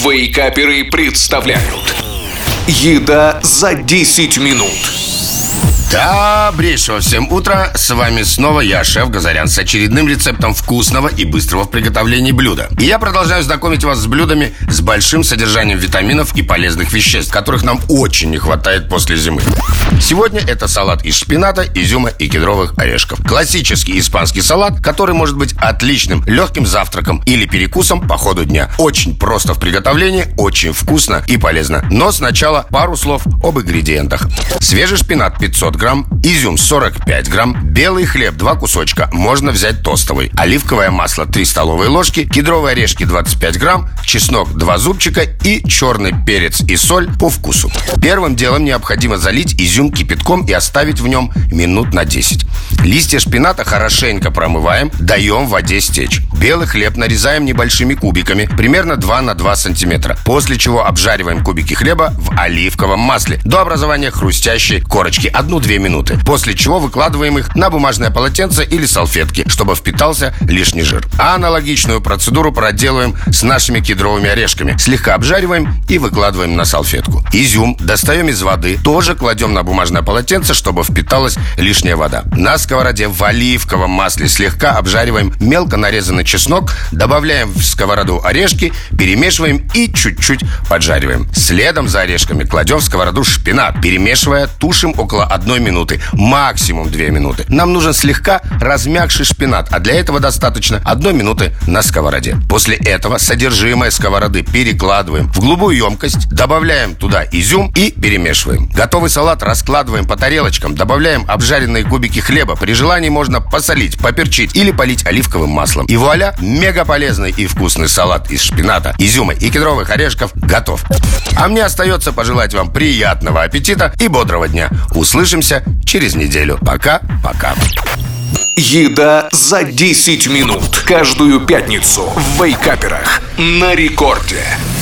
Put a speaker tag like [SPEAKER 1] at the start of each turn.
[SPEAKER 1] Вейкаперы представляют «Еда за 10 минут».
[SPEAKER 2] Добрейшего всем утра! С вами снова я, шеф Газарян, с очередным рецептом вкусного и быстрого в приготовлении блюда. И я продолжаю знакомить вас с блюдами с большим содержанием витаминов и полезных веществ, которых нам очень не хватает после зимы. Сегодня это салат из шпината, изюма и кедровых орешков. Классический испанский салат, который может быть отличным легким завтраком или перекусом по ходу дня. Очень просто в приготовлении, очень вкусно и полезно. Но сначала пару слов об ингредиентах. Свежий шпинат 500 грамм, изюм 45 грамм, белый хлеб 2 кусочка, можно взять тостовый, оливковое масло 3 столовые ложки, кедровые орешки 25 грамм, чеснок 2 зубчика и черный перец и соль по вкусу. Первым делом необходимо залить изюм кипятком и оставить в нем минут на 10. Листья шпината хорошенько промываем, даем в воде стечь. Белый хлеб нарезаем небольшими кубиками, примерно 2 на 2 сантиметра, после чего обжариваем кубики хлеба в оливковом масле до образования хрустящей корочки 1-2 минуты, после чего выкладываем их на бумажное полотенце или салфетки, чтобы впитался лишний жир. Аналогичную процедуру проделываем с нашими кедровыми орешками. Слегка обжариваем и выкладываем на салфетку. Изюм достаем из воды, тоже кладем на бумажное полотенце, чтобы впиталась лишняя вода. На сковороде в оливковом масле слегка обжариваем мелко нарезанный чеснок, добавляем в сковороду орешки, перемешиваем и чуть-чуть поджариваем. Следом за орешками кладем в сковороду шпинат, перемешивая, тушим около 1 минуты, максимум 2 минуты. Нам нужен слегка размягший шпинат, а для этого достаточно 1 минуты на сковороде. После этого содержимое сковороды перекладываем в голубую емкость, добавляем туда изюм и перемешиваем. Готовый салат раскладываем по тарелочкам, добавляем обжаренные кубики хлеба. При желании можно посолить, поперчить или полить оливковым маслом. И вуаля, мега полезный и вкусный салат из шпината, изюма и кедровых орешков готов. А мне остается пожелать вам приятного аппетита и бодрого дня. Услышимся через неделю. Пока-пока.
[SPEAKER 1] «Еда за 10 минут». Каждую пятницу в Вейкаперах на рекорде.